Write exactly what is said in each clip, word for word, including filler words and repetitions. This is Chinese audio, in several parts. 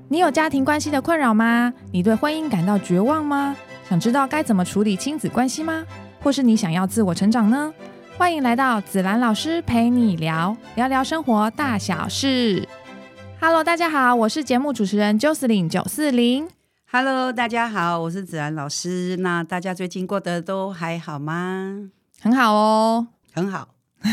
你有家庭关系的困扰吗？你对婚姻感到绝望吗？想知道该怎么处理亲子关系吗？或是你想要自我成长呢？欢迎来到子兰老师陪你聊，聊聊生活大小事。Hello， 大家好，我是节目主持人 Jocelyn 九四零。 Hello， 大家好，我是子兰老师。那大家最近过得都还好吗？ 很好哦， 很好。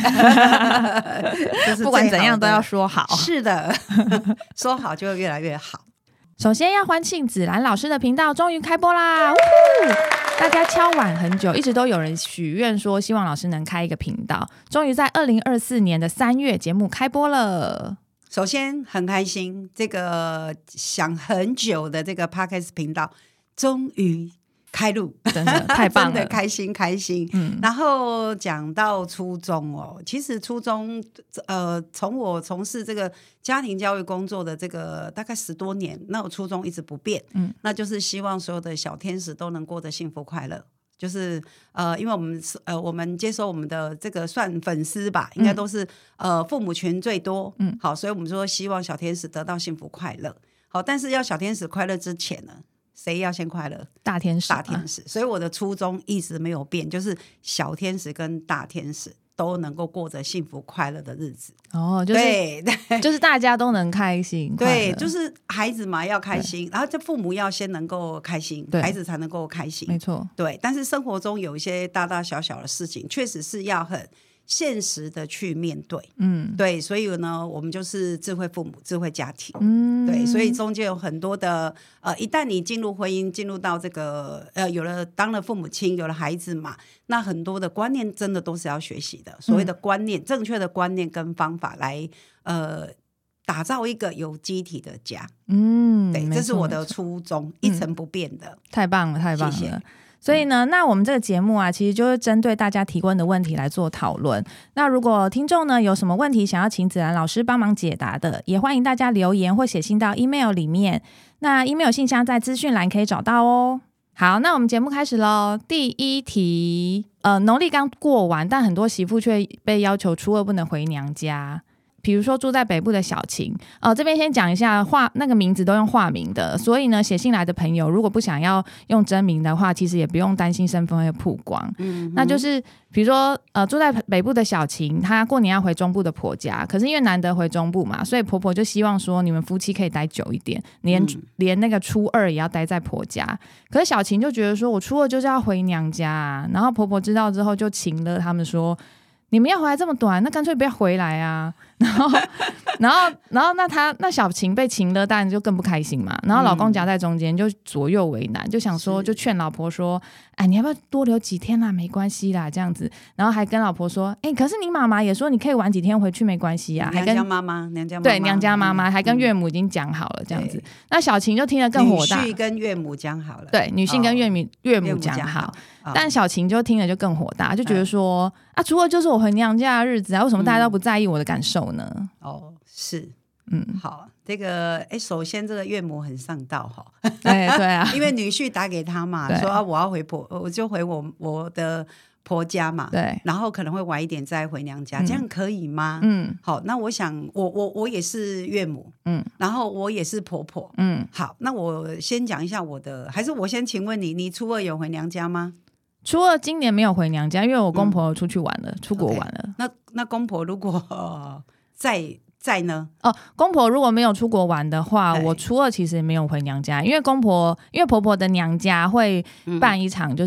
不管怎样都要说好。 是的，说好就会越来越好。 首先要欢庆子兰老师的频道终于开播啦！大家敲碗很久，一直都有人许愿说希望老师能开一个频道，终于在二零二四年的三月节目开播了。 首先很开心，这个想很久的这个 Podcast 频道终于开录， 真的太棒了， 真的开心开心。嗯，然后讲到初中哦，其实初中呃，从我从事这个家庭教育工作的这个大概十多年，那我初衷一直不变，嗯，那就是希望所有的小天使都能过得幸福快乐。就是呃，因为我们呃，我们接收我们的这个算粉丝吧，应该都是、嗯、呃父母群最多，嗯，好，所以我们说希望小天使得到幸福快乐。好，但是要小天使快乐之前呢，谁要先快乐？ 大天使、啊， 大天使。所以我的初衷一直没有变，就是小天使跟大天使都能够过着幸福快乐的日子。 哦，就是对对， 就是大家都能开心， 对，就是孩子嘛要开心，然后这父母要先能够开心，孩子才能够开心， 没错。 对，但是生活中有一些大大小小的事情，确实是要很现实的去面对，嗯，对，所以呢，我们就是智慧父母、智慧家庭，嗯，对，所以中间有很多的呃，一旦你进入婚姻，进入到这个呃，有了当了父母亲，有了孩子嘛，那很多的观念真的都是要学习的，所谓的观念，嗯、正确的观念跟方法来呃。打造一个有机体的家，嗯，对，这是我的初衷，一成不变的、嗯。 太棒了，太棒了！ 谢谢。 所以呢，那我们这个节目啊，其实就是针对大家提问的问题来做讨论。那如果听众呢有什么问题想要请子兰老师帮忙解答的，也欢迎大家留言或写信到 email 里面。那 email 信箱在资讯栏可以找到哦。好，那我们节目开始咯。第一题，呃，农历刚过完，但很多媳妇却被要求初二不能回娘家。比如说住在北部的小晴，呃，这边先讲一下化那个名字都用化名的，所以呢，写信来的朋友如果不想要用真名的话，其实也不用担心身份会曝光。嗯，那就是比如说呃，住在北部的小晴，她过年要回中部的婆家，可是因为难得回中部嘛，所以婆婆就希望说你们夫妻可以待久一点，连、嗯、连那个初二也要待在婆家。可是小晴就觉得说我初二就是要回娘家啊，然后婆婆知道之后就请了他们说，你们要回来这么短，那干脆不要回来啊。然后，然后，然后，那他那小晴被请了，当然就更不开心嘛。然后老公夹在中间，就左右为难，就想说，就劝老婆说：“哎，你要不要多留几天啦？没关系啦，这样子。”然后还跟老婆说：“哎，可是你妈妈也说你可以晚几天回去，没关系啊。”还跟娘家妈妈，娘家妈妈对娘家妈妈、嗯、还跟岳母已经讲好了，这样子。那小晴就听得更火大， 女婿跟岳母讲好了， 对，女性跟岳母、哦、岳母讲好。但小晴就听了就更火大，就觉得说、嗯、啊，初二就是我回娘家的日子啊，为什么大家都不在意我的感受呢？ 嗯、哦，是，嗯，好，这个哎，首先这个岳母很上道哈， 哎，对啊， 因为女婿打给他嘛，说啊我要回婆，我就回我我的婆家嘛， 对， 然后可能会晚一点再回娘家，嗯、这样可以吗？嗯，好，那我想我我我也是岳母，嗯，然后我也是婆婆，嗯，好，那我先讲一下我的，还是我先请问你，你初二有回娘家吗？ 初二今年没有回娘家，因为我公婆出去玩了、嗯、出国玩了。 Okay, 那那公婆如果、呃、在在呢？ 哦，公婆如果没有出国玩的话，我初二其实没有回娘家，因为公婆因为婆婆的娘家会办一场就是、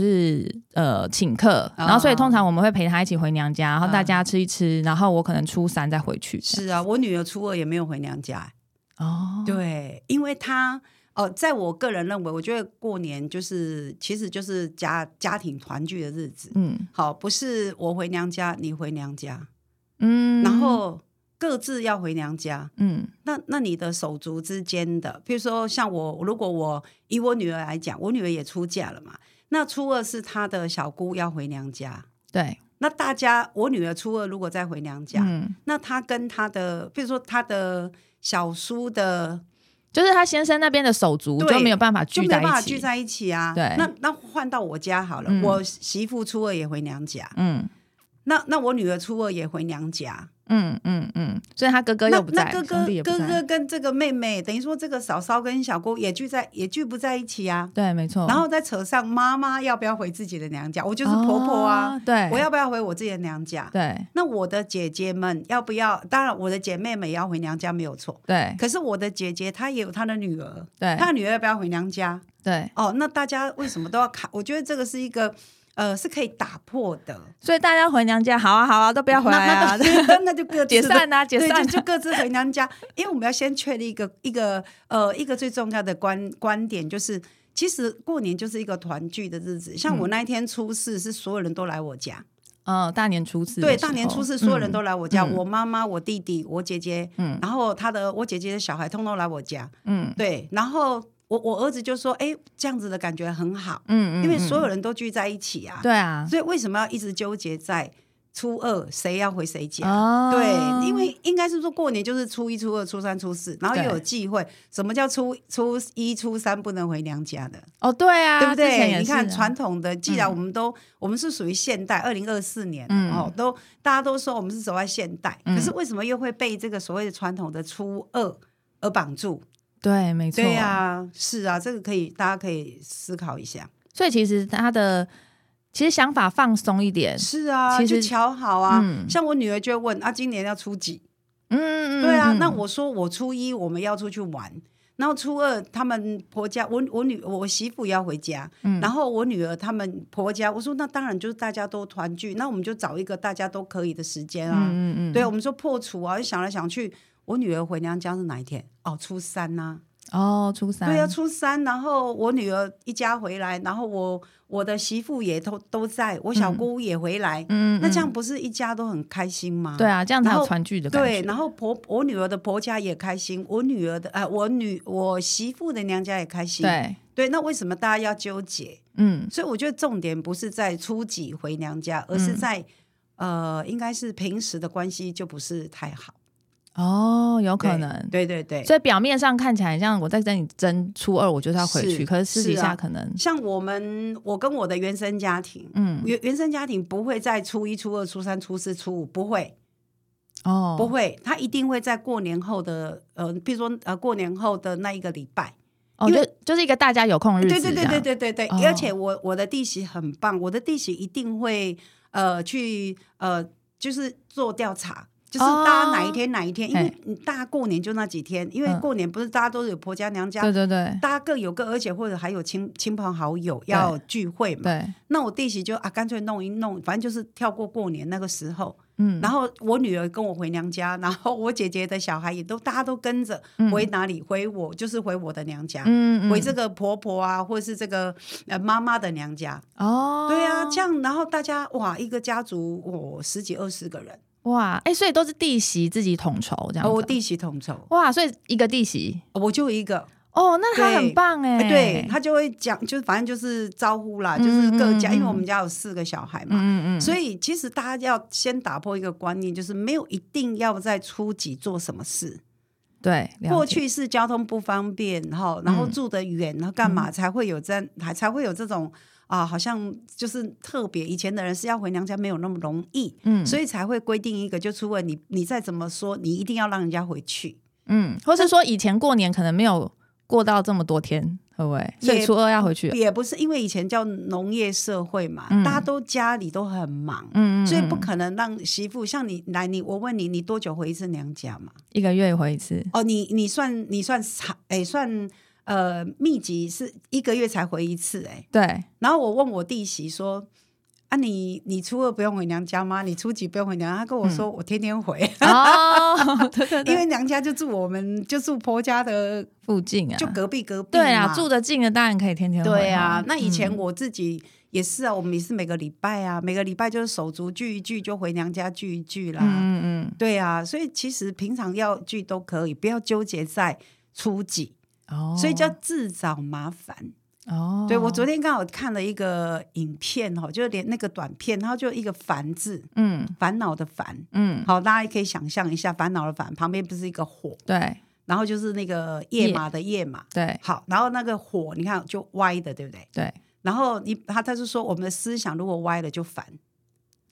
嗯、呃请客、哦，然后所以通常我们会陪她一起回娘家，然后大家吃一吃，然后我可能初三再回去。 是啊，我女儿初二也没有回娘家。哦，对，因为她。哦，在我个人认为，我觉得过年就是其实就是家家庭团聚的日子。嗯，好，不是我回娘家，你回娘家，嗯，然后各自要回娘家。嗯，那那你的手足之间的，比如说像我，如果我以我女儿来讲，我女儿也出嫁了嘛，那初二是她的小姑要回娘家。 对， 那大家，我女儿初二如果再回娘家，嗯，那她跟她的，比如说她的小叔的。 就是他先生那边的手足就没有办法聚在一起， 就没有办法聚在一起啊。 对， 那那换到我家好了，嗯、我媳妇初二也回娘家，嗯， 那那我女儿初二也回娘家， 嗯嗯嗯，所以他哥哥又不在， 那那哥哥兄弟也不在哥哥跟这个妹妹，等于说这个嫂嫂跟小姑也聚在也聚不在一起啊。 对，没错。 然后再扯上妈妈要不要回自己的娘家，我就是婆婆啊， 哦、对， 我要不要回我自己的娘家？ 对。 那我的姐姐们要不要？当然，我的姐妹们也要回娘家，没有错。 对。 可是我的姐姐她也有她的女儿， 对， 她的女儿要不要回娘家？ 对。 哦，那大家为什么都要看？我觉得这个是一个。呃，是可以打破的， 所以大家回娘家，好啊，好啊，都不要回来啊， 那, 那就各自解散啊，解散、啊， 对，就, 就各自回娘家。因为我们要先确立一个一个呃一个最重要的观观点，就是其实过年就是一个团聚的日子。像我那一天初四，是所有人都来我家。 嗯，大年初四， 对，大年初四所有人都来我家， 嗯、 我妈妈、我弟弟、我姐姐，嗯，然后他的我姐姐的小孩通通来我家，嗯，对，然后。我我儿子就说：“哎，这样子的感觉很好，嗯嗯，因为所有人都聚在一起啊， 对啊， 所以为什么要一直纠结在初二谁要回谁家？哦、对，因为应该是说过年就是初一、初二、初三、初四，然后又有忌讳。什么叫初初一、初三不能回娘家的？ 哦，对啊， 对不对？ 啊、 你看传统的，既然我们都、嗯、我们是属于现代，二零二四年、嗯、哦，都大家都说我们是走在现代、嗯，可是为什么又会被这个所谓的传统的初二而绑住？” 对，没错。 对啊，是啊，这个可以，大家可以思考一下。 所以其实他的其实想法放松一点， 是啊，其实就瞧好啊、嗯。像我女儿就会问啊，今年要初几？嗯嗯，对啊。那我说我初一我们要出去玩，然后初二他们婆家，我我女我媳妇要回家、嗯，然后我女儿他们婆家，我说那当然就是大家都团聚，那我们就找一个大家都可以的时间啊。嗯嗯嗯。对，我们说破除啊，就想来想去。我女儿回娘家是哪一天？哦，初三呐、 啊。哦，初三。 对啊，初三。然后我女儿一家回来，然后我我的媳妇也都都在，我小姑也回来。嗯，那这样不是一家都很开心吗？ 对啊，这样才有团聚的感觉。 对，然后婆我女儿的婆家也开心，我女儿的呃，我女我媳妇的娘家也开心。 对对，那为什么大家要纠结？嗯，所以我觉得重点不是在初几回娘家，而是在、嗯、呃，应该是平时的关系就不是太好。 哦，有可能， 对对 对, 对， 所以表面上看起来像我在跟你争初二，我就是要回去，是可是私底下可能、啊、 像我们，我跟我的原生家庭，嗯，原原生家庭不会在初一、初二、初三、初四、初五，不会，哦，不会，他一定会在过年后的，呃，比如说呃，过年后的那一个礼拜， 哦，就就是一个大家有空日子， 对对对对对对对，哦、而且我我的弟媳很棒，我的弟媳一定会呃去呃，就是做调查。就是大家哪一天哪一天、哦、因为大家过年就那几天，因为过年不是大家都有婆家娘家， 对对对， 大家各有各，而且或者还有亲亲朋好友要聚会嘛。 对， 那我弟媳就啊干脆弄一弄，反正就是跳过过年那个时候。嗯，然后我女儿跟我回娘家，然后我姐姐的小孩也都大家都跟着回哪里？嗯、回我就是回我的娘家，嗯嗯，回这个婆婆啊，或者是这个呃妈妈的娘家。哦，对啊，这样然后大家哇，一个家族哦十几二十个人。 哇，哎、欸，所以都是弟媳自己统筹这样子、 哦，我弟媳统筹。 哇，所以一个弟媳， 我就一个。 哦，那他很棒哎、欸， 对，他就会讲，就反正就是招呼啦，嗯、就是各家、嗯，因为我们家有四个小孩嘛，嗯嗯，所以其实大家要先打破一个观念，就是没有一定要在初几做什么事。 对， 过去是交通不方便，然后然后住得远，然后干嘛才会有这还才会有这种。啊，好像就是特别以前的人是要回娘家没有那么容易，嗯，所以才会规定一个，就除了你你再怎么说，你一定要让人家回去， 嗯，或是说以前过年可能没有过到这么多天，会不会？所以初二要回去？ 也不是，因为以前叫农业社会嘛，嗯、大家都家里都很忙，嗯，所以不可能让媳妇像你来，你我问你，你多久回一次娘家嘛？ 一个月回一次。 哦，你你算你算长，哎，算。呃，密集是一个月才回一次、欸，哎， 对。 然后我问我弟媳说：“啊你，你你初二不用回娘家吗？你初几不用回娘家？”他跟我说：“嗯、我天天回。”哦，对对对，因为娘家就住我们就住婆家的附近啊， 就隔壁隔壁。 对啊，住得近的当然可以天天回。 对啊，那以前我自己也是啊，嗯、我们也是每个礼拜啊，每个礼拜就是手足聚一聚，就回娘家聚一聚啦。嗯嗯，对啊，所以其实平常要聚都可以，不要纠结在初几。哦、所以叫自找麻烦哦。对，我昨天刚好看了一个影片哦，就连那个短片，然后就一个烦字，嗯，烦恼的烦，嗯，好，大家也可以想象一下，烦恼的烦旁边不是一个火， 对， 然后就是那个夜马的夜嘛， 对， 好，然后那个火你看就歪的，对不对？ 对， 然后你他他就说我们的思想如果歪了就烦。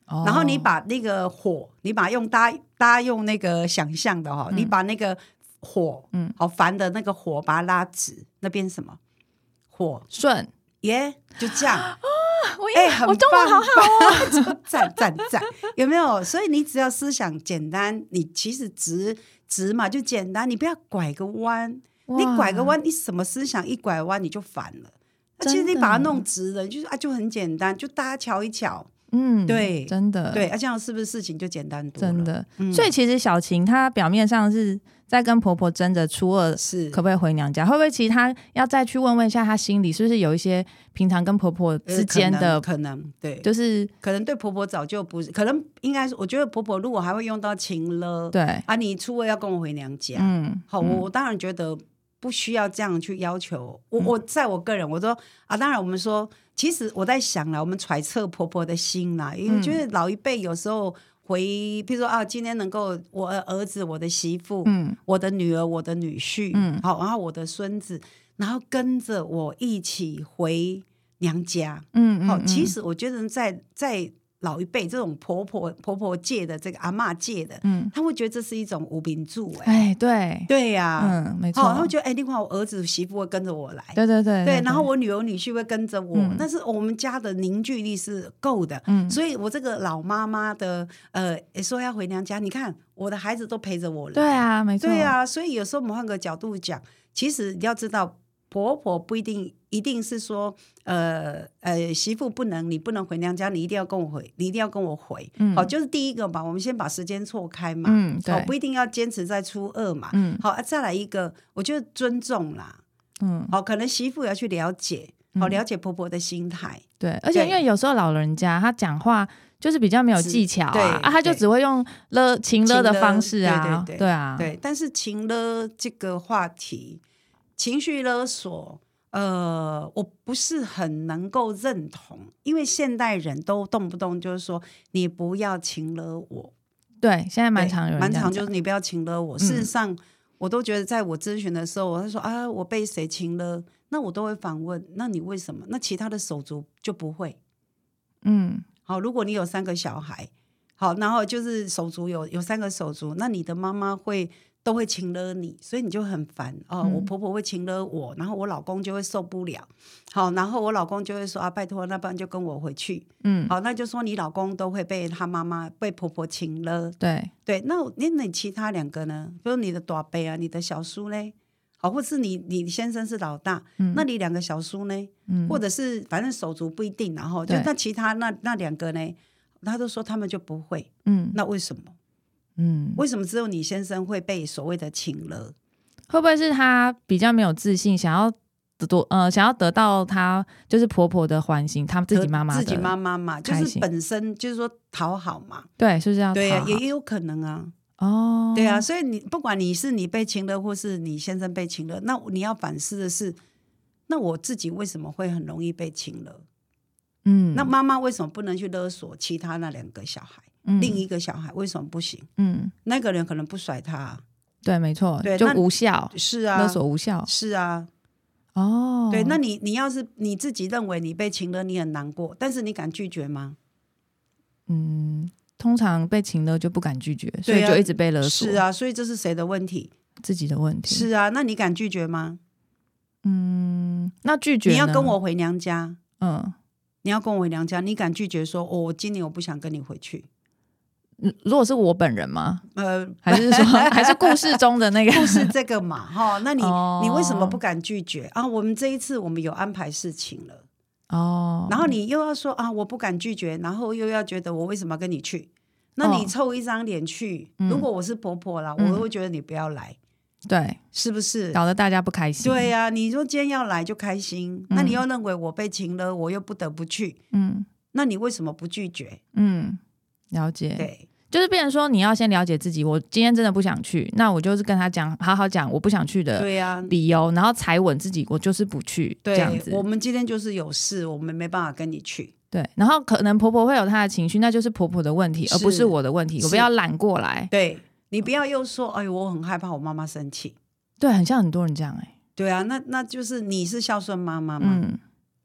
哦、然后你把那个火，你把用大家大家用那个想象的哈、哦嗯，你把那个火，嗯，好烦的那个火，把它拉直，那边什么火顺耶， yeah, 就这样。 哦哎、欸，我中文好好哦，赞赞赞，有没有？所以你只要思想简单，你其实直直嘛就简单，你不要拐个弯，你拐个弯，你什么思想一拐弯你就烦了。其实你把它弄直了，就是啊，就很简单，就大家瞧一瞧。嗯，对， 真的， 对，啊，这样是不是事情就简单多了？ 真的，嗯、所以其实小晴她表面上是在跟婆婆争着初二是可不可以回娘家，会不会其实她要再去问问一下她心里是不是有一些平常跟婆婆之间的、 呃、可, 能可能对， 就是可能对婆婆早就不是，可能应该是我觉得婆婆如果还会用到情了， 对啊，你初二要跟我回娘家，嗯，好，我我当然觉得不需要这样去要求我，我在我个人我说啊，当然我们说。其实我在想啦，我们揣测婆婆的心啦，因为觉得老一辈有时候回，譬如说啊，今天能够我儿子、我的媳妇、嗯、我的女儿、我的女婿，嗯，好，然后我的孙子，然后跟着我一起回娘家，嗯，好，其实我觉得在在。老一辈这种婆婆婆婆界的这个阿嬷界的，嗯，他会觉得这是一种无名著， 哎，对对呀、啊， 嗯，没错， 他会觉得哎，另外我儿子媳妇会跟着我来， 对对 对, 对, 对，然后我女儿女婿会跟着我，嗯、但是我们家的凝聚力是够的，嗯，所以我这个老妈妈的呃说要回娘家，你看我的孩子都陪着我来， 对啊，没错， 对啊，所以有时候我们换个角度讲，其实你要知道。婆婆不一定一定是说，呃呃，媳妇不能，你不能回娘家，你一定要跟我回，你一定要跟我回，嗯、好，就是第一个嘛，我们先把时间错开嘛，嗯，对，好，不一定要坚持在初二嘛，嗯，好，啊、再来一个，我觉得尊重啦，嗯，好，可能媳妇也要去了解，好，了解婆婆的心态， 对，而且因为有时候老人家他讲话就是比较没有技巧啊，啊他就只会用勒情勒的方式啊， 对对对对啊， 对，但是情勒这个话题。情绪勒索，呃，我不是很能够认同，因为现代人都动不动就是说你不要情勒我， 对，现在蛮常有人蛮常就是你不要情勒我。嗯、事实上，我都觉得在我咨询的时候，我会说啊，我被谁情勒，那我都会反问，那你为什么？那其他的手足就不会？嗯，好，如果你有三个小孩，好，然后就是手足有有三个手足，那你的妈妈会。都会情勒你，所以你就很烦哦。嗯、我婆婆会情勒我，然后我老公就会受不了。好，然后我老公就会说啊，拜托，那不然就跟我回去。嗯，好，那就说你老公都会被他妈妈、被婆婆情勒。 对对，那那你其他两个呢？比如你的大伯啊，你的小叔呢？好，或是你你先生是老大，嗯、那你两个小叔呢？嗯、或者是反正手足不一定，然后就那其他那那两个呢？他都说他们就不会。嗯，那为什么？嗯，为什么只有你先生会被所谓的情勒？ 会不会是他比较没有自信，想要得呃想要得到他就是婆婆的欢心，他自己妈妈的自己妈妈嘛，就是本身就是说讨好嘛， 对，是不是要讨好？ 对啊，也有可能啊。哦，对啊，所以你不管你是你被情勒，或是你先生被情勒，那你要反思的是，那我自己为什么会很容易被情勒？嗯，那妈妈为什么不能去勒索其他那两个小孩？嗯、另一个小孩为什么不行？嗯，那个人可能不甩他、啊， 对，没错，对，就无效， 是啊， 勒索无效， 是啊， 哦， 对，那你你要是你自己认为你被情勒，你很难过，但是你敢拒绝吗？ 嗯，通常被情勒就不敢拒绝，所以就一直被勒索， 是啊，所以这是谁的问题？ 自己的问题， 是啊，那你敢拒绝吗？ 嗯，那拒绝你要跟我回娘家，嗯，你要跟我回娘家，你敢拒绝说，哦，我今年我不想跟你回去？ 如果是我本人吗？呃，还是说还是故事中的那个故事这个嘛？哈，那你、哦、你为什么不敢拒绝啊？我们这一次我们有安排事情了哦，然后你又要说啊，我不敢拒绝，然后又要觉得我为什么要跟你去？那你凑一张脸去、哦，如果我是婆婆啦，嗯、我会觉得你不要来， 对， 是不是搞得大家不开心？ 对呀、啊，你说今天要来就开心，嗯、那你又认为我被情勒，我又不得不去，嗯，那你为什么不拒绝？ 嗯。了解， 对， 就是变成说你要先了解自己，我今天真的不想去，那我就是跟他讲，好好讲我不想去的理由，啊、然后踩稳自己，我就是不去， 对， 这样子。 我们今天就是有事，我们没办法跟你去。 对，然后可能婆婆会有她的情绪，那就是婆婆的问题，而不是我的问题，我不要揽过来。 对，你不要又说，哎，我很害怕我妈妈生气。 对，很像很多人这样哎、欸。 对啊，那那就是你是孝顺妈妈吗？嗯，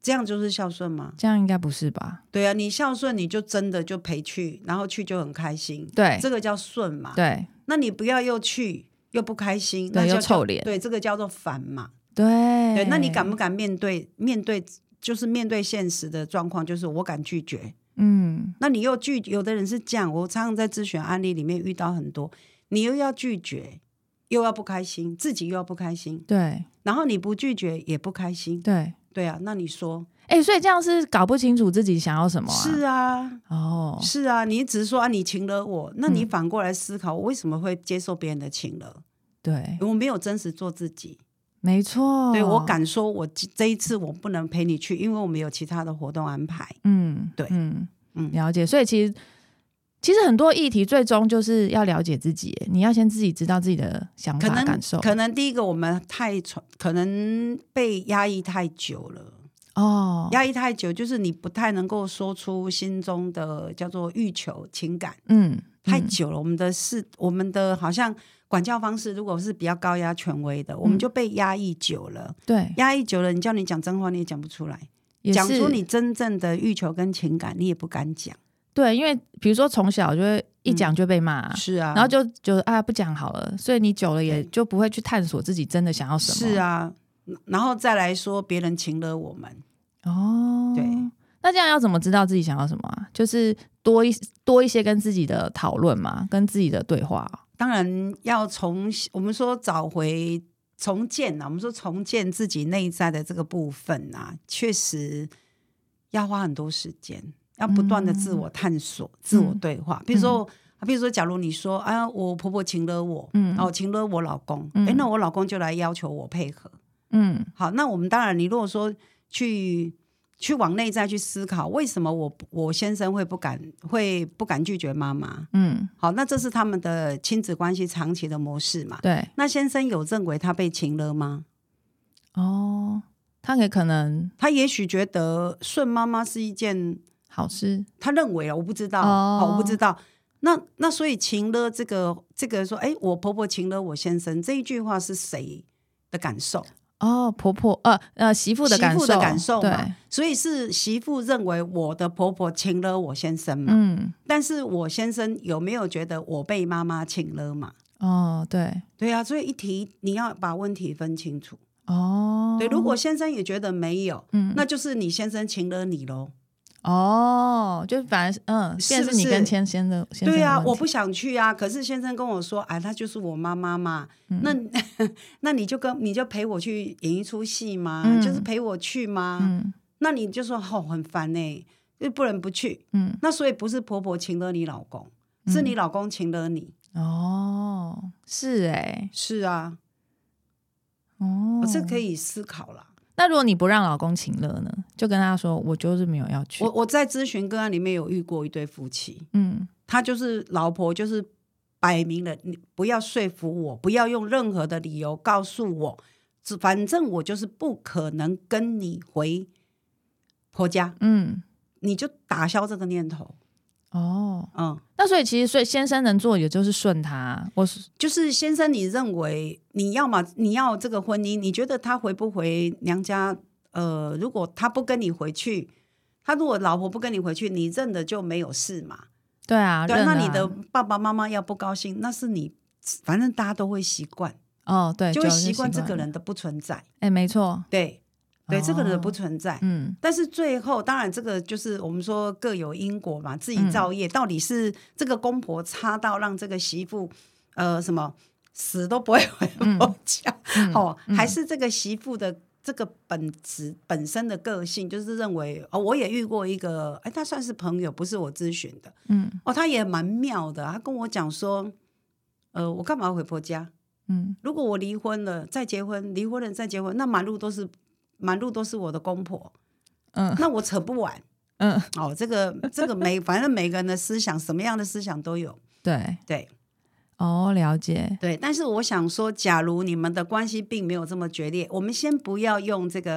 这样就是孝顺吗？ 这样应该不是吧？ 对啊，你孝顺你就真的就陪去，然后去就很开心， 对， 这个叫顺嘛。 对， 那你不要又去又不开心， 对， 那又臭脸， 对，这个叫做烦嘛。 对对，那你敢不敢面对面对就是面对现实的状况，就是我敢拒绝。嗯，那你又拒，有的人是这样，我常常在咨询案例里面遇到很多，你又要拒绝又要不开心，自己又要不开心， 对， 然后你不拒绝也不开心， 对对啊，那你说， 哎、欸，所以这样是搞不清楚自己想要什么啊？ 是啊， 哦， 是啊，你只是说啊，你请了我，那你反过来思考，嗯、我为什么会接受别人的请了？ 对， 我没有真实做自己， 没错， 对，我敢说我这一次我不能陪你去，因为我们有其他的活动安排。嗯，对，嗯嗯，了解。所以其实其实很多议题最终就是要了解自己，你要先自己知道自己的想法感受。 可能第一个我们太可能被压抑太久了。 哦， 压抑太久，就是你不太能够说出心中的叫做欲求情感。 嗯， 太久了，我们的是我们的好像管教方式，如果是比较高压权威的，我们就被压抑久了。 对， 压抑久了，你叫你讲真话，你也讲不出来，讲出你真正的欲求跟情感，你也不敢讲。 对，因为比如说从小就会一讲就被骂、 嗯，是啊， 然后就就啊不讲好了，所以你久了也就不会去探索自己真的想要什么。 是啊。然后再来说别人请了我们哦， 对， 那这样要怎么知道自己想要什么啊？就是多一多一些跟自己的讨论嘛，跟自己的对话。 当然要从我们说找回重建啊，我们说重建自己内在的这个部分啊，确实要花很多时间，要不断的自我探索、嗯、自我对话。比如说。嗯比如说假如你说啊，我婆婆请了我，嗯，然后请了我老公，哎、嗯，那我老公就来要求我配合，嗯，好，那我们当然你如果说去去往内在去思考，为什么我我先生会不敢会不敢拒绝妈妈，嗯，好，那这是他们的亲子关系长期的模式嘛， 对， 那先生有认为他被请了吗？ 哦，他也可能他也许觉得顺妈妈是一件好事， 他认为了，我不知道，哦，哦我不知道。那那所以请了这个这个说，哎，我婆婆请了我先生，这一句话是谁的感受？ 哦，婆婆呃呃媳妇的感受， 媳妇的感受嘛。所以是媳妇认为我的婆婆请了我先生嘛。嗯。但是我先生有没有觉得我被妈妈请了嘛？ 哦，对， 对啊，所以一提你要把问题分清楚。 哦， 对，如果先生也觉得没有，嗯，那就是你先生请了你咯。 哦，就反而嗯，变成是你跟先生的先生的对啊，我不想去啊，可是先生跟我说，哎，他就是我妈妈嘛，嗯、那那你就跟你就陪我去演一出戏嘛，嗯、就是陪我去嘛，嗯、那你就说哦很烦哎、欸，就不能不去，嗯，那所以不是婆婆请了你老公，是你老公请了你， 哦，是哎、欸， 是啊，哦，这可以思考啦。 那如果你不让老公请乐呢，就跟他说我就是没有要去。 我我在咨询个案里面有遇过一对夫妻，嗯，他就是老婆就是摆明了，你不要说服我，不要用任何的理由告诉我，反正我就是不可能跟你回婆家，嗯，你就打消这个念头。 哦，嗯，那所以其实所以先生能做也就是顺他，我是就是先生，你认为你要嘛你要这个婚姻，你觉得他回不回娘家？呃，如果他不跟你回去，他如果老婆不跟你回去，你认的就没有事嘛？ 对啊， 对，那你的爸爸妈妈要不高兴，那是你，反正大家都会习惯哦，对， 就会习惯这个人的不存在。 哎，没错， 对。对、哦、这个人不存在， 嗯， 但是最后当然这个就是我们说各有因果嘛，自己造业、嗯、到底是这个公婆差到让这个媳妇呃什么死都不会回婆家、嗯哦嗯、还是这个媳妇的这个本质本身的个性就是认为、哦、我也遇过一个哎，他算是朋友不是我咨询的，嗯，哦，他也蛮妙的，他跟我讲说呃我干嘛要回婆家，嗯，如果我离婚了再结婚，离婚了再结婚，那满路都是满路都是我的公婆，嗯，那我扯不完，嗯，哦，这个这个每反正每个人的思想，什么样的思想都有， 对对， 哦，了解， 对。但是我想说，假如你们的关系并没有这么决裂，我们先不要用这个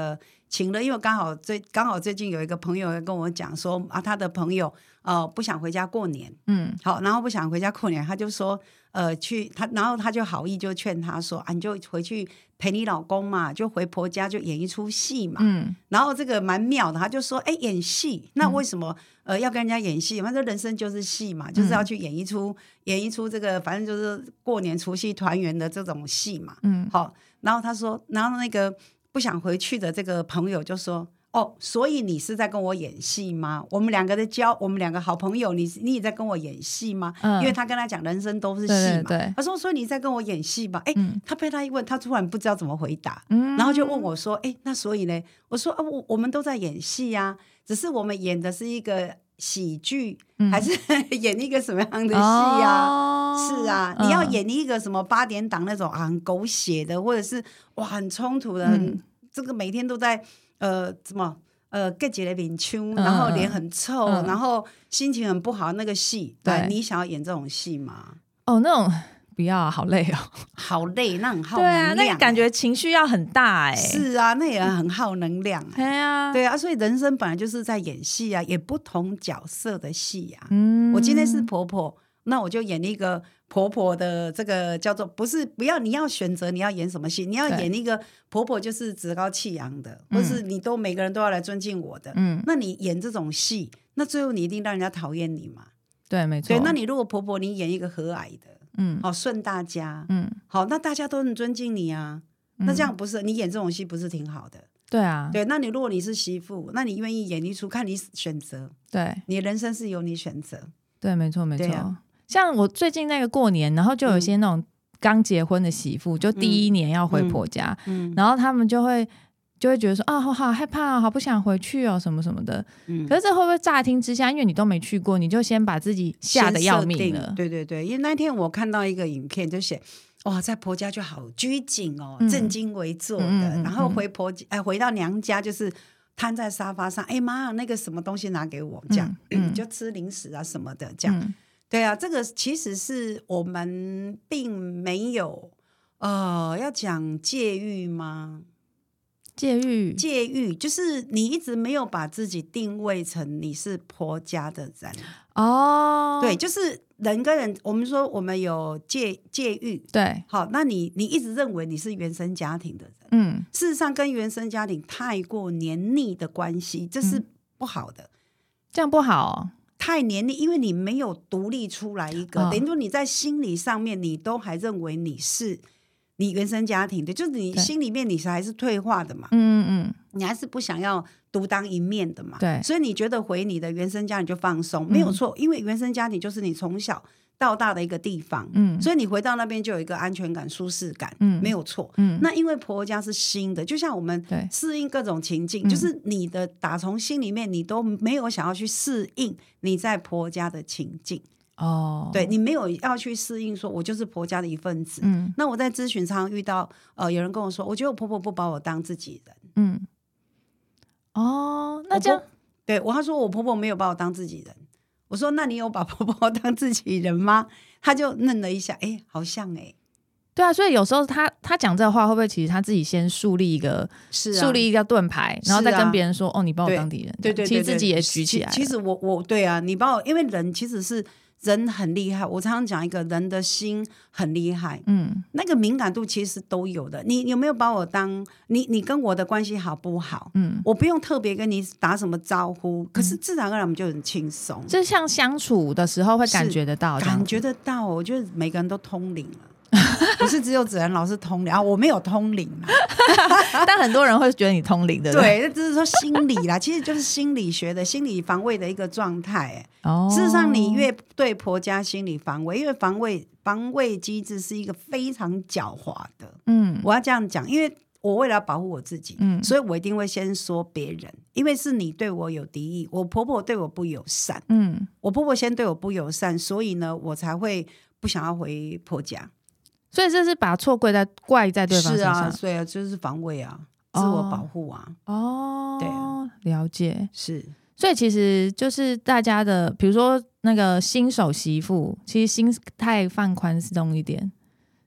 请了，因为刚好最刚好最近有一个朋友跟我讲说啊，他的朋友呃不想回家过年，嗯，好，然后不想回家过年，他就说呃去他，然后他就好意就劝他说啊，你就回去陪你老公嘛，就回婆家就演一出戏嘛，嗯，然后这个蛮妙的，他就说哎，演戏那为什么、嗯、呃要跟人家演戏？反正人生就是戏嘛，就是要去演一出、嗯、演一出这个反正就是过年除夕团圆的这种戏嘛，嗯，好，然后他说，然后那个不想回去的这个朋友就说哦，所以你是在跟我演戏吗？我们两个的交，我们两个好朋友，你你也在跟我演戏吗？嗯、因为他跟他讲人生都是戏嘛， 对对对， 他说所以你在跟我演戏吧？哎、嗯，他被他一问，他突然不知道怎么回答，嗯、然后就问我说，哎，那所以呢？我说啊，我我们都在演戏啊，只是我们演的是一个喜剧，嗯、还是演一个什么样的戏啊？哦、是啊，你要演一个什么八点档那种、啊、很狗血的，或者是哇很冲突的，很、嗯、这个每天都在。呃，怎么呃，get 起来脸秋，然后脸很臭、嗯，然后心情很不好，那个戏，对，你想要演这种戏吗？ 哦，那种不要、啊，好累哦， 好累，那很耗能量、欸， 对啊，那个感觉情绪要很大哎、欸， 是啊，那也很耗能量、欸，对啊，对啊，所以人生本来就是在演戏啊，演不同角色的戏啊。嗯，我今天是婆婆，那我就演一个。婆婆的这个叫做不是不要你要选择你要演什么戏，你要演一个婆婆就是趾高气扬的，或是你都每个人都要来尊敬我的，嗯，那你演这种戏，那最后你一定让人家讨厌你嘛？ 对，没错。 对，那你如果婆婆你演一个和蔼的，嗯，好顺大家，嗯，好，那大家都很尊敬你啊，那这样不是你演这种戏不是挺好的？ 对啊， 对，那你如果你是媳妇，那你愿意演一出，看你选择， 对， 你的人生是由你选择， 对，没错没错。啊，像我最近那个过年，然后就有些那种刚结婚的媳妇、嗯、就第一年要回婆家、嗯嗯、然后他们就会就会觉得说啊，好好害怕、哦、好不想回去哦什么什么的、嗯、可是这会不会乍听之下因为你都没去过，你就先把自己吓得要命了？ 对对对，因为那天我看到一个影片就写哇，在婆家就好拘谨哦、嗯、正襟危坐的、嗯嗯嗯、然后回婆家、哎、回到娘家就是瘫在沙发上，哎妈，那个什么东西拿给我这样、嗯嗯、就吃零食啊什么的这样、嗯，对啊，这个其实是我们并没有呃，要讲戒欲吗？ 戒欲， 戒欲就是你一直没有把自己定位成你是婆家的人哦。对，就是人跟人，我们说我们有戒戒欲， 对， 好，那你你一直认为你是原生家庭的人，嗯，事实上跟原生家庭太过黏腻的关系，这是不好的，嗯、 这样不好、哦。 太黏腻，因为你没有独立出来一个、哦、等于说你在心理上面你都还认为你是你原生家庭的，就是你心里面你还是退化的嘛，嗯嗯，你还是不想要独当一面的嘛，对，所以你觉得回你的原生家庭就放松、嗯、没有错，因为原生家庭就是你从小到大的一个地方，嗯，所以你回到那边就有一个安全感舒适感，嗯，没有错，嗯，那因为婆家是新的，就像我们适应各种情境，就是你的打从心里面你都没有想要去适应你在婆家的情境哦，对，你没有要去适应说我就是婆家的一份子，嗯，那我在咨询常常遇到呃有人跟我说，我觉得我婆婆不把我当自己人，嗯，哦，那这样对我他说我婆婆没有把我当自己人，我说那你有把婆婆当自己人吗？他就愣了一下，哎、欸，好像哎、欸， 对啊，所以有时候他他讲这个话，会不会其实他自己先树立一个是、啊、树立一个盾牌，然后再跟别人说、啊、哦，你把我当敌人，对 对, 对, 对, 对，其实自己也举起来了。 其实我我对啊，你把我，因为人其实是人很厉害，我常常讲一个人的心很厉害，嗯，那个敏感度其实都有的。你有没有把我当你？你跟我的关系好不好？嗯，我不用特别跟你打什么招呼，可是自然而然我们就很轻松。 就像相处的时候会感觉得到， 感觉得到。我觉得每个人都通灵了。不是只有子然老师通灵啊，我没有通灵啊但很多人会觉得你通灵的， 对，只是说心理啦，其实就是心理学的心理防卫的一个状态。哦，事实上，你越对婆家心理防卫，因为防卫防卫机制是一个非常狡猾的。嗯，我要这样讲，因为我为了要保护我自己，嗯，所以我一定会先说别人，因为是你对我有敌意，我婆婆对我不友善，嗯，我婆婆先对我不友善，所以呢，我才会不想要回婆家。 所以这是把错怪在怪在对方身上， 是啊，所以啊，就是防卫啊，自我保护啊。哦，对啊， 了解， 是。 所以其实就是大家的，比如说那个新手媳妇，其实心态放宽松一点，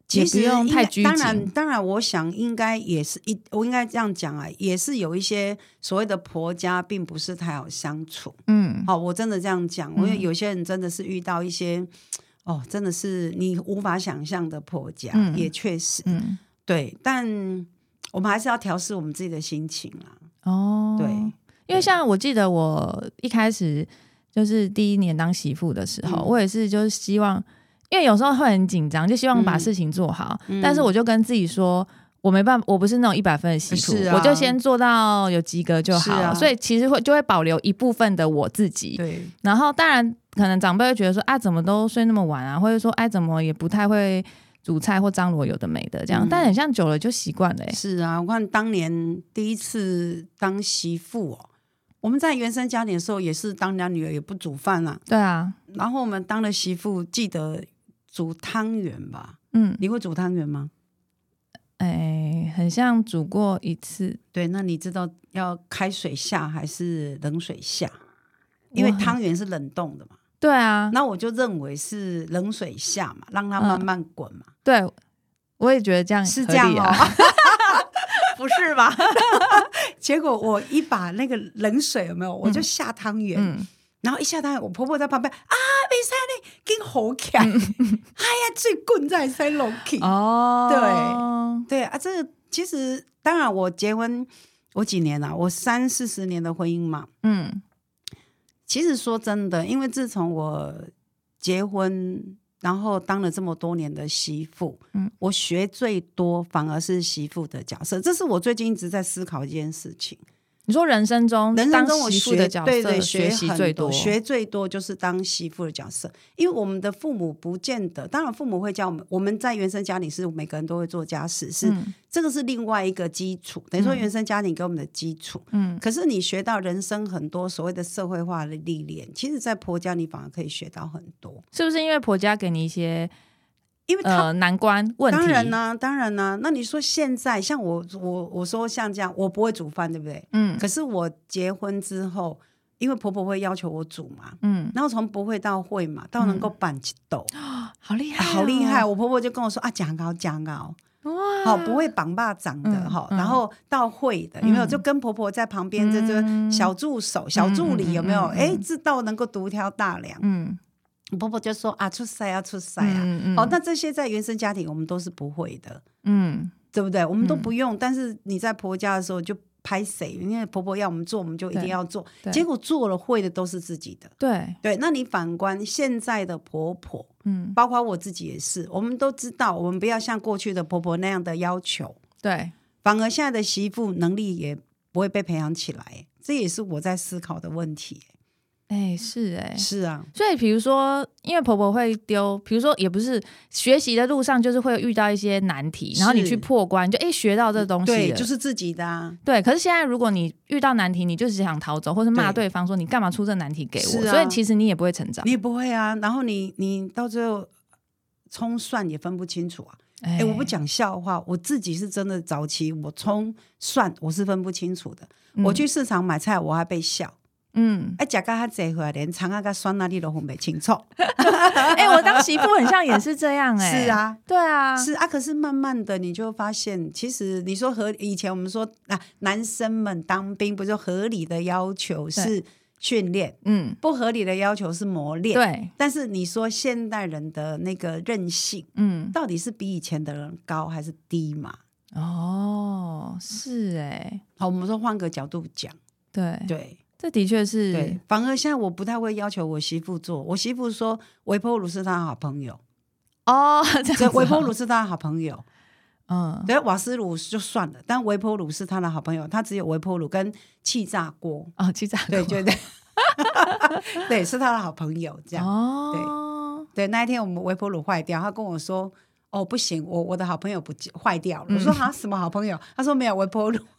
其实也不用太拘谨。 当然，当然，我想应该也是一，我应该这样讲啊，也是有一些所谓的婆家并不是太好相处。嗯，好、哦，我真的这样讲，因为有些人真的是遇到一些，哦，真的是你无法想象的婆家，嗯、也确实，嗯，对，但我们还是要调试我们自己的心情啦。哦，对， 因为像我记得我一开始就是第一年当媳妇的时候，嗯、我也是就是希望。因为有时候会很紧张，就希望把事情做好、嗯、但是我就跟自己说我没办法，我不是那种一百分的媳妇、啊、我就先做到有及格就好、啊、所以其实会就会保留一部分的我自己。对，然后当然可能长辈会觉得说啊怎么都睡那么晚啊，或者说哎怎么也不太会煮菜或张罗有的没的这样、嗯、但很像久了就习惯了、欸、 是啊，我看当年第一次当媳妇哦，我们在原生家庭的时候也是当家女儿也不煮饭啊。 对啊， 然后我们当了媳妇记得煮汤圆吧。嗯，你会煮汤圆吗？ 哎，很像煮过一次。 对，那你知道要开水下还是冷水下？因为汤圆是冷冻的嘛。 对啊， 那我就认为是冷水下嘛，让它慢慢滚嘛。 嗯、对，我也觉得这样、啊、 是这样哦。 不是吧？ 结果我一把那个冷水有没有，我就下汤圆、嗯嗯，然后一下汤圆，我婆婆在旁边啊，没使你跟好起来，嗯、哎呀，最滚在塞落去哦。对对啊，这个其实当然，我结婚我几年了、啊，我三四十年的婚姻嘛，嗯，其实说真的，因为自从我结婚。然后当了这么多年的媳妇、嗯、我学最多反而是媳妇的角色，这是我最近一直在思考一件事情。 你说人生中人生中我媳妇的角色对对学习最多， 学最多就是当媳妇的角色。因为我们的父母不见得，当然父母会教我们，我们在原生家庭是每个人都会做家事，是、嗯、这个是另外一个基础，等于说原生家庭给我们的基础。嗯，可是你学到人生很多所谓的社会化的历练，其实在婆家你反而可以学到很多。 是不是因为婆家给你一些因为他、 呃、难关问题？ 当然啦、啊，当然啦、啊。那你说现在像我我我说像这样，我不会煮饭，对不对？嗯。可是我结婚之后，因为婆婆会要求我煮嘛，嗯，然后从不会到会嘛，到能够拌一斗、嗯， 好厉害、哦啊，好厉害！我婆婆就跟我说啊，酱熬酱熬，哇，好不会绑把掌的哈、嗯嗯，然后到会的，有没有？就跟婆婆在旁边这这小助手、嗯、小助理有没有？哎、嗯，知道能够独挑大梁，嗯。婆婆就说啊，出塞啊，出塞啊、嗯嗯，哦，那这些在原生家庭我们都是不会的，嗯，对不对？我们都不用，嗯、但是你在婆家的时候就拍谁，因为婆婆要我们做，我们就一定要做，结果做了会的都是自己的， 对对。那你反观现在的婆婆，嗯，包括我自己也是，我们都知道，我们不要像过去的婆婆那样的要求， 对， 反而现在的媳妇能力也不会被培养起来，这也是我在思考的问题。 哎、欸，是哎、欸， 是啊， 所以比如说，因为婆婆会丢，比如说也不是学习的路上，就是会遇到一些难题，然后你去破关，就哎、欸、学到这东西了， 对，就是自己的啊。 对，可是现在如果你遇到难题，你就只想逃走，或是骂对方说你干嘛出这难题给我、啊，所以其实你也不会成长， 你也不会啊。然后你你到最后葱蒜也分不清楚啊。哎、欸欸，我不讲笑话，我自己是真的早期我葱蒜我是分不清楚的、嗯，我去市场买菜我还被笑。嗯，哎，吃到他这回来，连葱啊、跟蒜啊，你都分不清楚。 哎、欸，我当媳妇很像也是这样哎、欸。 是啊， 对啊， 是啊。可是慢慢的，你就发现，其实你说合以前我们说啊，男生们当兵不是合理的要求是训练，嗯，不合理的要求是磨练。对。但是你说现代人的那个韧性，嗯，到底是比以前的人高还是低嘛？ 哦，是哎、欸。 好，我们说换个角度讲， 对对。 这的确是， 对，反而现在我不太会要求我媳妇做。我媳妇说微波炉是她的好朋友哦，这样子、哦、 微波炉是她的好朋友，嗯，对，瓦斯炉就算了，但微波炉是她的好朋友。她只有微波炉跟气炸锅哦，气炸锅， 对对对，对，是她的好朋友这样。哦，对对，那一天我们微波炉坏掉，她跟我说。哦，不行，我我的好朋友不坏掉了。嗯、我说哈，什么好朋友？他说没有微波炉。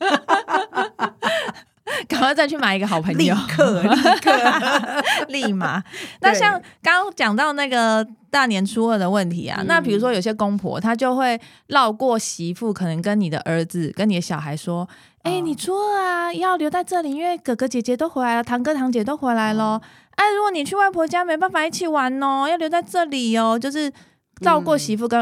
赶快再去买一个好朋友， 立刻立刻立马。那像刚刚讲到那个大年初二的问题啊，嗯、那比如说有些公婆他就会绕过媳妇，可能跟你的儿子跟你的小孩说，哎、欸，你初二啊要留在这里，因为哥哥姐姐都回来了，堂哥堂姐都回来了。哦、哎，如果你去外婆家没办法一起玩哦，要留在这里哦，就是绕过媳妇跟儿、嗯、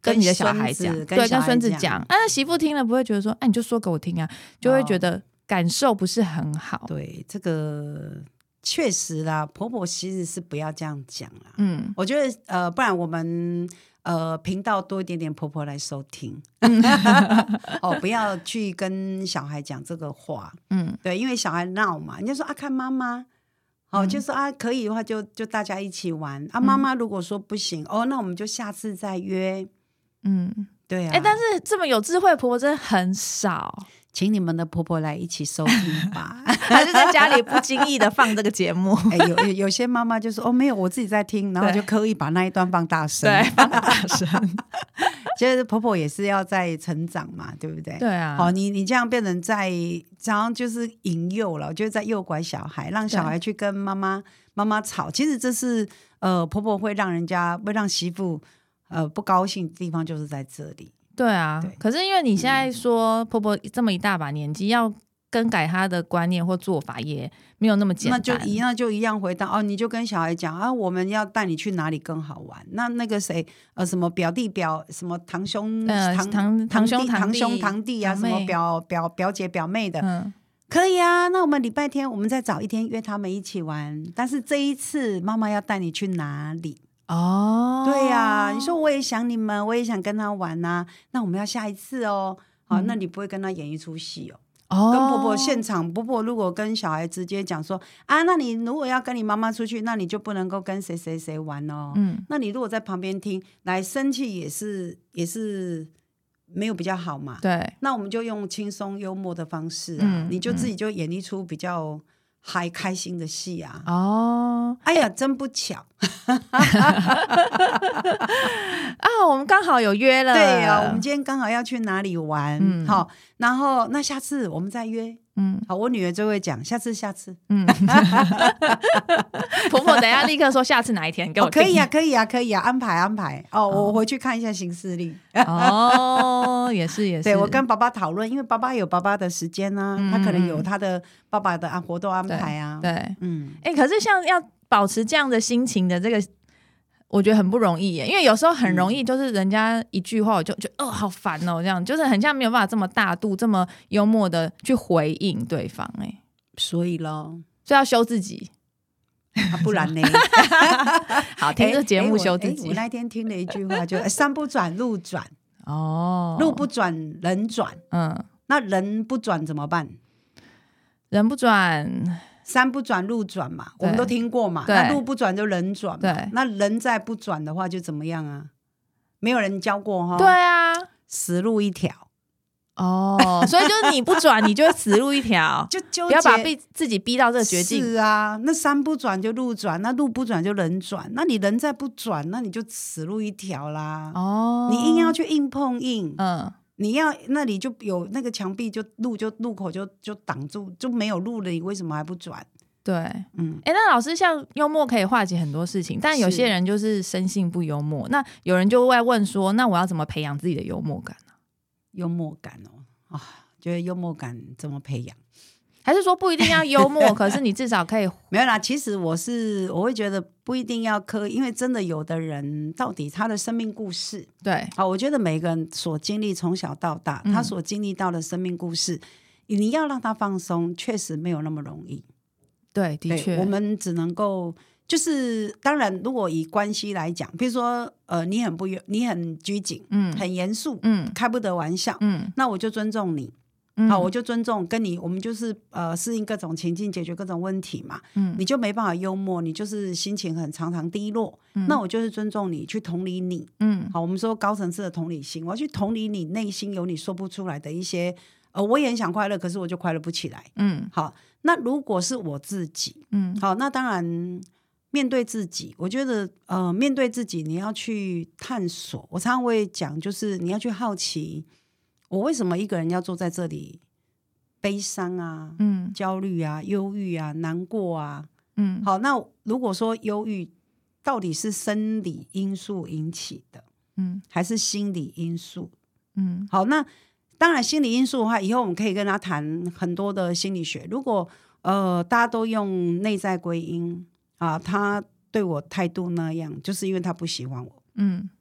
跟你的小孩讲，对，跟孙子讲。啊，那媳妇听了不会觉得说，哎、啊，你就说给我听啊，就会觉得感受不是很好。 哦、对，这个确实啦，婆婆其实是不要这样讲啦。嗯，我觉得呃，不然我们呃频道多一点点婆婆来收听，哦，不要去跟小孩讲这个话。嗯，对，因为小孩闹嘛，你就说啊，看妈妈。哦，就是啊，可以的话就就大家一起玩啊。妈妈如果说不行、嗯、哦，那我们就下次再约。嗯，对啊。 哎、欸，但是这么有智慧的婆婆真的很少， 请你们的婆婆来一起收听吧。 还是在家里不经意的放这个节目？ 哎、欸，有有有些妈妈就说哦，没有，我自己在听，然后就刻意把那一段放大声， 对，放大声。 其实婆婆也是要在成长嘛，对不对？ 对啊。 好、哦，你你这样变成在，这样就是引诱了，就是在诱拐小孩，让小孩去跟妈妈妈妈吵。其实这是呃，婆婆会让人家会让媳妇呃不高兴的地方，就是在这里。 对啊。对，可是因为你现在说、嗯、婆婆这么一大把年纪，要更改她的观念或做法也没有那么简单。 那就一样就一样回到哦，你就跟小孩讲啊，我们要带你去哪里更好玩。那那个谁呃，什么表弟表什么堂兄、 呃、 堂堂堂兄堂兄堂弟啊，什么表表表姐表妹的、 嗯， 可以啊。那我们礼拜天我们再找一天约他们一起玩。但是这一次妈妈要带你去哪里？哦，对呀、啊，你说我也想你们，我也想跟他玩啊。那我们要下一次哦。好、嗯，那你不会跟他演一出戏哦。哦、跟婆婆现场，婆婆如果跟小孩直接讲说啊，那你如果要跟你妈妈出去，那你就不能够跟谁谁谁玩哦。嗯，那你如果在旁边听，来生气也是也是没有比较好嘛。 对， 那我们就用轻松幽默的方式啊，嗯、你就自己就演一出比较还开心的戏啊。哦，哎呀，真不巧。 啊，我们刚好有约了。 对啊，我们今天刚好要去哪里玩。嗯，好，然后那下次我们再约。嗯，好，我女儿就会讲下次下次。嗯， 婆婆等一下立刻说下次哪一天给我、哦、 可以啊可以啊可以啊，安排安排。哦，我回去看一下行事历。 哦，也是也是。 对，我跟爸爸讨论，因为爸爸有爸爸的时间啊、嗯、他可能有他的爸爸的活动安排啊。 对，对嗯，哎、欸，可是像要保持这样的心情的这个，我觉得很不容易耶，因为有时候很容易就是人家一句话我就觉得哦好烦哦，这样就是很像没有办法这么大度这么幽默的去回应对方。哎， 所以咯， 所以要修自己、 啊、不然呢好，听这个节目修自己、 欸欸、我, 我那天听了一句话就山不转路转。哦，路不转人转。嗯，那人不转怎么办？ 人不转山不转路转嘛，我们都听过嘛。那路不转就人转嘛。对，那人再不转的话就怎么样啊？没有人教过哈。 对啊， 死路一条。 哦，所以就是你不转，你就会死路一条， 就纠结， 不要把逼自己逼到这个绝境。 是啊，那山不转就路转，那路不转就人转，那你人再不转，那你就死路一条啦。哦，你硬要去硬碰硬，嗯。你要那里就有那个墙壁，就路就路口就就挡住，就没有路了，你为什么还不转？ 对，嗯，哎、欸，那老师像幽默可以化解很多事情，但有些人就是生性不幽默。那有人就会问说，那我要怎么培养自己的幽默感呢、啊？ 幽默感哦，啊，觉得幽默感怎么培养？ 还是说不一定要幽默，可是你至少可以没有啦。其实我是我会觉得不一定要刻意，因为真的有的人到底他的生命故事， 对， 好，我觉得每个人所经历从小到大、嗯、他所经历到的生命故事，你要让他放松，确实没有那么容易。 对，的确， 我们只能够就是当然，如果以关系来讲，比如说呃，你很不你很拘谨，嗯，很严肃，嗯，开不得玩笑，嗯，那我就尊重你。好，我就尊重跟你，我们就是呃适应各种情境，解决各种问题嘛。嗯，你就没办法幽默，你就是心情很常常低落。嗯，那我就是尊重你，去同理你。嗯，好，我们说高层次的同理心，我要去同理你内心有你说不出来的一些，呃，我也很想快乐，可是我就快乐不起来。嗯，好，那如果是我自己，嗯，好，那当然面对自己，我觉得呃面对自己，你要去探索。我常常会讲，就是你要去好奇。我为什么一个人要坐在这里悲伤啊、嗯、焦虑啊、忧郁啊、难过啊？嗯，好，那如果说忧郁到底是生理因素引起的，嗯，还是心理因素？嗯，好，那当然心理因素的话，以后我们可以跟他谈很多的心理学。如果呃大家都用内在归因啊，他对我态度那样，就是因为他不喜欢我。嗯。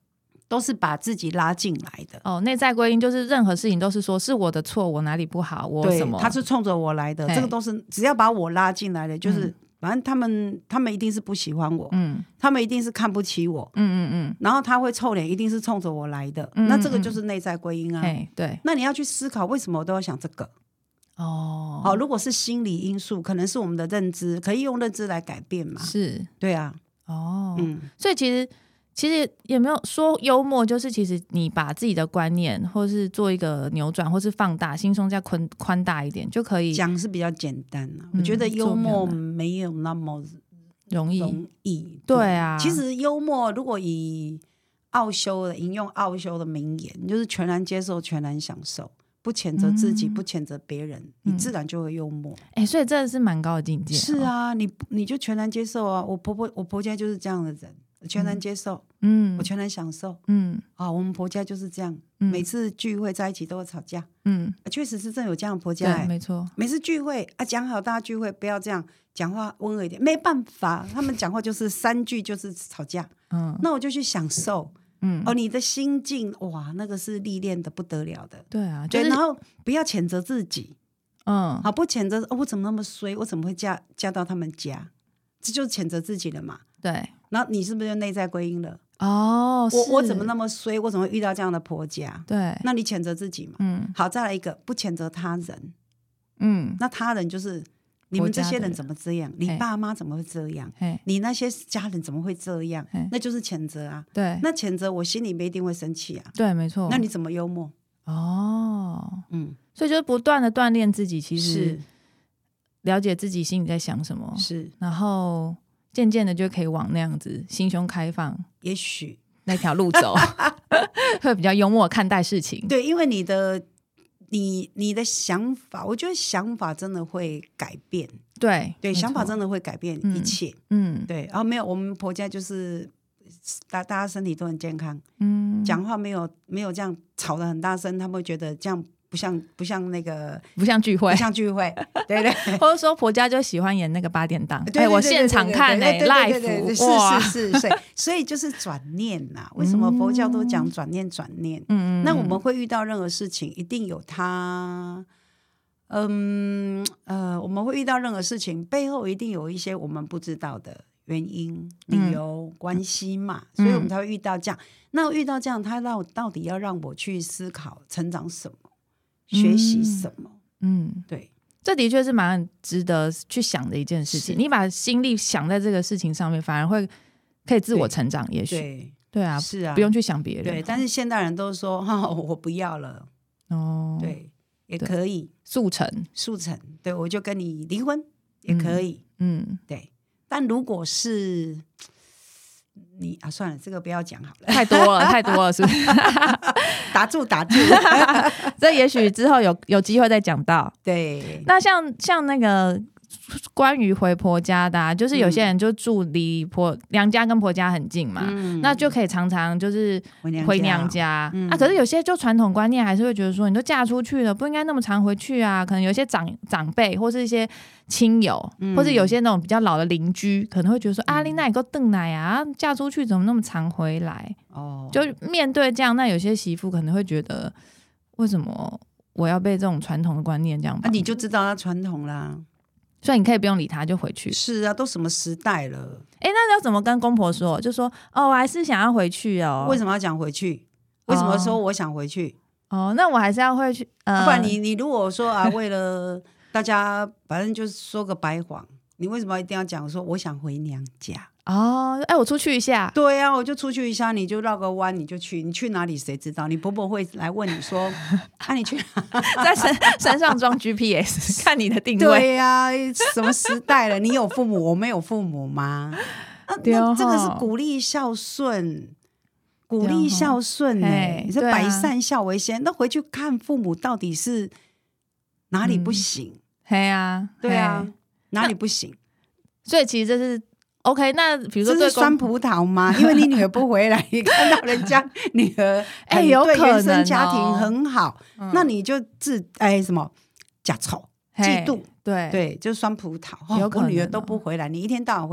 都是把自己拉进来的。 哦，内在归因就是任何事情都是说是我的错，我哪里不好，我什么， 他是冲着我来的，这个都是只要把我拉进来的，就是、嗯、反正他们他们一定是不喜欢我，嗯，他们一定是看不起我，嗯嗯嗯，然后他会臭脸，一定是冲着我来的，嗯嗯嗯，那这个就是内在归因啊。 对， 那你要去思考为什么我都要想这个。哦，好，如果是心理因素，可能是我们的认知，可以用认知来改变嘛？ 是， 对啊。 哦，嗯，所以其实其实也没有说幽默，就是其实你把自己的观念，或是做一个扭转，或是放大，心胸再宽宽大一点，就可以讲是比较简单啊、嗯、我觉得幽默没有那么容易， 容易对, 对啊。 其实幽默如果以奥修的引用奥修的名言，就是全然接受，全然享受。不谴责自己、嗯、不谴责别人，你自然就会幽默。 哎、欸，所以真的是蛮高的境界、哦。 是啊，你你就全然接受啊！我婆婆我婆家就是这样的人，全然接受， 嗯， 我全然享受，嗯啊，我们婆家就是这样，嗯、每次聚会在一起都会吵架，嗯，确实是真有这样的婆家、欸， 对，没错。 每次聚会啊，讲好大家聚会不要这样讲话，温和一点，没办法，他们讲话就是三句就是吵架，嗯，那我就去享受。嗯，哦，你的心境哇，那个是历练的不得了的。 对啊，就是、 对，然后不要谴责自己，嗯，好，不谴责、哦、我怎么那么衰，我怎么会嫁嫁到他们家，这就是谴责自己了嘛。 对， 然后你是不是就内在归因了？ 哦， 我我怎么那么衰，我怎么会遇到这样的婆家？ 对， 那你谴责自己嘛。嗯，好，再来一个，不谴责他人。嗯，那他人就是你们这些人怎么这样？你爸妈怎么会这样？你那些家人怎么会这样？那就是谴责啊。 对， 那谴责我心里面一定会生气啊。 对，没错。 那你怎么幽默？ 哦，嗯，所以就是不断的锻炼自己，其实了解自己心里在想什么， 是， 然后渐渐的就可以往那样子心胸开放， 也许那条路走，会比较幽默看待事情。 对，因为你的。你你的想法，我觉得想法真的会改变， 对对，想法真的会改变一切，嗯，嗯对。然后没有，我们婆家就是大大家身体都很健康，嗯，讲话没有没有这样吵得很大声，他们会觉得这样不像不像那个不像聚会， 不像聚会，对对。 或者说婆家就喜欢演那个八点档，对，我现场看哎 ，live， 哇，是是是，所以就是转念呐。为什么佛教都讲转念转念？嗯，那我们会遇到任何事情，一定有它，嗯呃，我们会遇到任何事情背后一定有一些我们不知道的原因、理由、嗯、关系嘛，所以我们才会遇到这样。那遇到这样，他让到底要让我去思考成长什么？学习什么？嗯，对， 这的确是蛮值得去想的一件事情。你把心力想在这个事情上面，反而会可以自我成长。也许 对, 对啊， 是啊， 不用去想别人。 对，但是现代人都说、哦、我不要了。哦，对，也可以速成， 速成。对，我就跟你离婚也可以。嗯，嗯对。但如果是你啊，算了，这个不要讲好了， 太多了，太多了，是不是？ 打住，打住。 这也许之后有有机会再讲到。 对， 那像像那个关于回婆家的、啊，就是有些人就住离婆娘家跟婆家很近嘛，嗯、那就可以常常就是回娘家。回娘家嗯、啊，可是有些就传统观念还是会觉得说，你都嫁出去了，不应该那么常回去啊。可能有些长长辈或是一些亲友，嗯、或是有些那种比较老的邻居，可能会觉得说，嗯、啊，你那你够邓奶啊，嫁出去怎么那么常回来？哦，就面对这样，那有些媳妇可能会觉得，为什么我要被这种传统的观念这样？ 啊，你就知道他传统啦。 所以你可以不用理他，就回去。 是啊，都什么时代了？ 哎，那要怎么跟公婆说？就说哦，我还是想要回去哦。 为什么要讲回去？为什么说我想回去？ 哦，那我还是要回去。呃啊、 不然你你如果说啊，为了大家，反正就是说个白谎，你为什么一定要讲说我想回娘家？ 哦，哎，我出去一下。 对啊，我就出去一下，你就绕个弯，你就去，你去哪里谁知道？你婆婆会来问你说，啊，你去在身身上装 G P S 看你的定位。 对啊，什么时代了？你有父母，我没有父母吗？啊、那这个是鼓励孝顺，鼓励孝顺呢、欸，你是百善孝为先。那回去看父母到底是哪里不行？ 嘿、嗯、啊， 对啊，哪里不行？ 所以其实这是。OK， 那比如说这是酸葡萄吗？因为你女儿不回来，你看到人家女儿哎、欸，有可能、哦、对原生家庭很好，嗯、那你就自哎什么假丑嫉妒， 对对，就是酸葡萄。哦、我女儿都不回来，你一天到晚回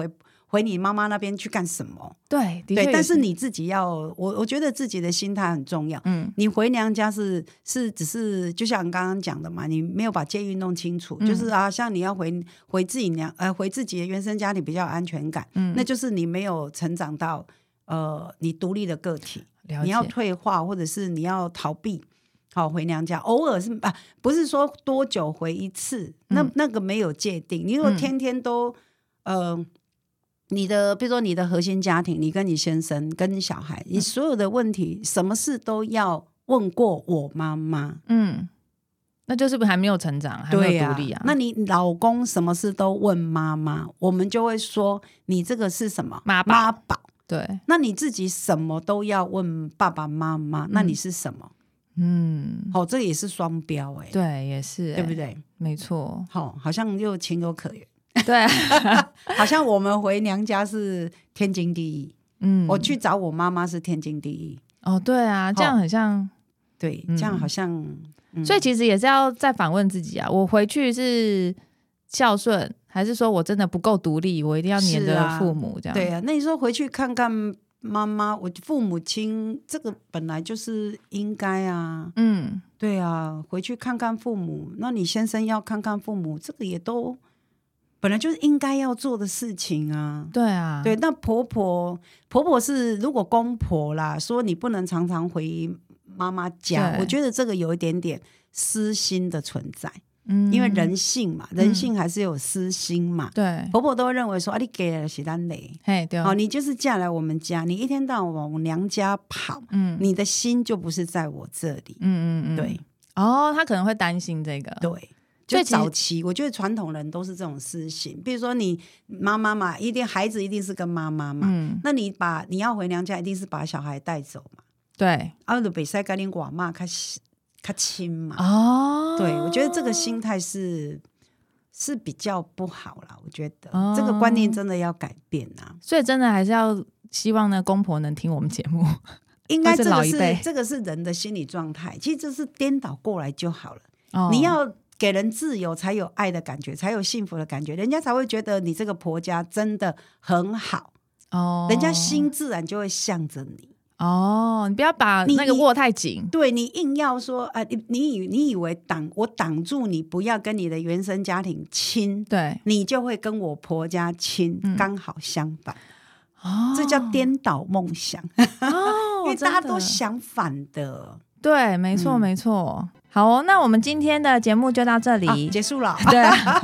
回你妈妈那边去干什么？ 对，的确对，但是你自己要，我我觉得自己的心态很重要。嗯，你回娘家是是只是就像刚刚讲的嘛，你没有把界域弄清楚，嗯、就是啊，像你要回回自己娘呃回自己的原生家庭比较有安全感，嗯，那就是你没有成长到呃你独立的个体，你要退化或者是你要逃避。好，回娘家偶尔是啊，不是说多久回一次，那、嗯、那个没有界定。你如果天天都、嗯、呃，你的比如说你的核心家庭，你跟你先生跟你小孩，你所有的问题，什么事都要问过我妈妈，嗯， 那就是不是还没有成长，还没有独立啊？ 那你老公什么事都问妈妈，我们就会说你这个是什么妈宝？ 妈宝。 对， 那你自己什么都要问爸爸妈妈，那你是什么？嗯，好、哦，这也是双标哎、欸， 对，也是、欸， 对不对？ 没错， 好、哦，好像又情有可原， 对， 好像我们回娘家是天经地义，嗯，我去找我妈妈是天经地义， 哦，对啊，这样很像，哦、 对，这样好像， 嗯、所以其实也是要再反问自己啊，我回去是孝顺，还是说我真的不够独立，我一定要黏着父母这样？ 啊对啊，那你说回去看看。妈妈，我父母亲这个本来就是应该啊，嗯，对啊，回去看看父母，那你先生要看看父母，这个也都本来就是应该要做的事情啊。 对啊， 对，那婆婆婆婆是如果公婆啦，说你不能常常回妈妈家，我觉得这个有一点点私心的存在。嗯、因为人性嘛，人性还是有私心嘛。 对、嗯， 婆婆都认为说啊，你给了是咱累， 嘿，对， 好，你就是嫁来我们家，你一天到晚往娘家跑，嗯，你的心就不是在我这里，嗯嗯嗯，对， 哦，他可能会担心这个， 对，就早期我觉得传统人都是这种私心，比如说你妈妈嘛，一定孩子一定是跟妈妈嘛，嗯，那你把你要回娘家，一定是把小孩带走嘛， 对， 啊，就比赛跟你寡妈开始。较亲嘛，哦，对，我觉得这个心态是是比较不好啦，我觉得、哦、这个观念真的要改变啊， 所以真的还是要希望呢公婆能听我们节目， 应该这个是这个是人的心理状态，其实这是颠倒过来就好了、哦、你要给人自由才有爱的感觉，才有幸福的感觉，人家才会觉得你这个婆家真的很好哦，人家心自然就会向着你哦，你不要把那个握太紧， 对，你硬要说、呃、你, 你, 以你以为挡我挡住你不要跟你的原生家庭亲， 对， 你就会跟我婆家亲、嗯、刚好相反、哦、这叫颠倒梦想、哦、因为大家都想反的， 对，没错、嗯、没错。好哦，那我们今天的节目就到这里、啊、 结束了。 对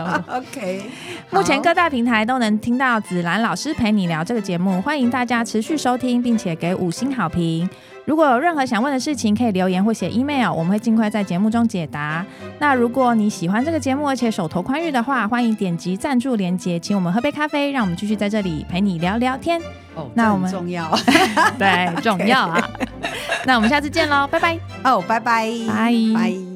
OK， 目前各大平台都能听到子兰老师陪你聊这个节目，欢迎大家持续收听并且给五星好评。如果有任何想问的事情可以留言或写 email， 我们会尽快在节目中解答。那如果你喜欢这个节目而且手头宽裕的话，欢迎点击赞助连结，请我们喝杯咖啡，让我们继续在这里陪你聊聊天。 哦，那我们重要对，重要啊。那我们下次见咯，拜拜。 哦，拜拜， 拜拜。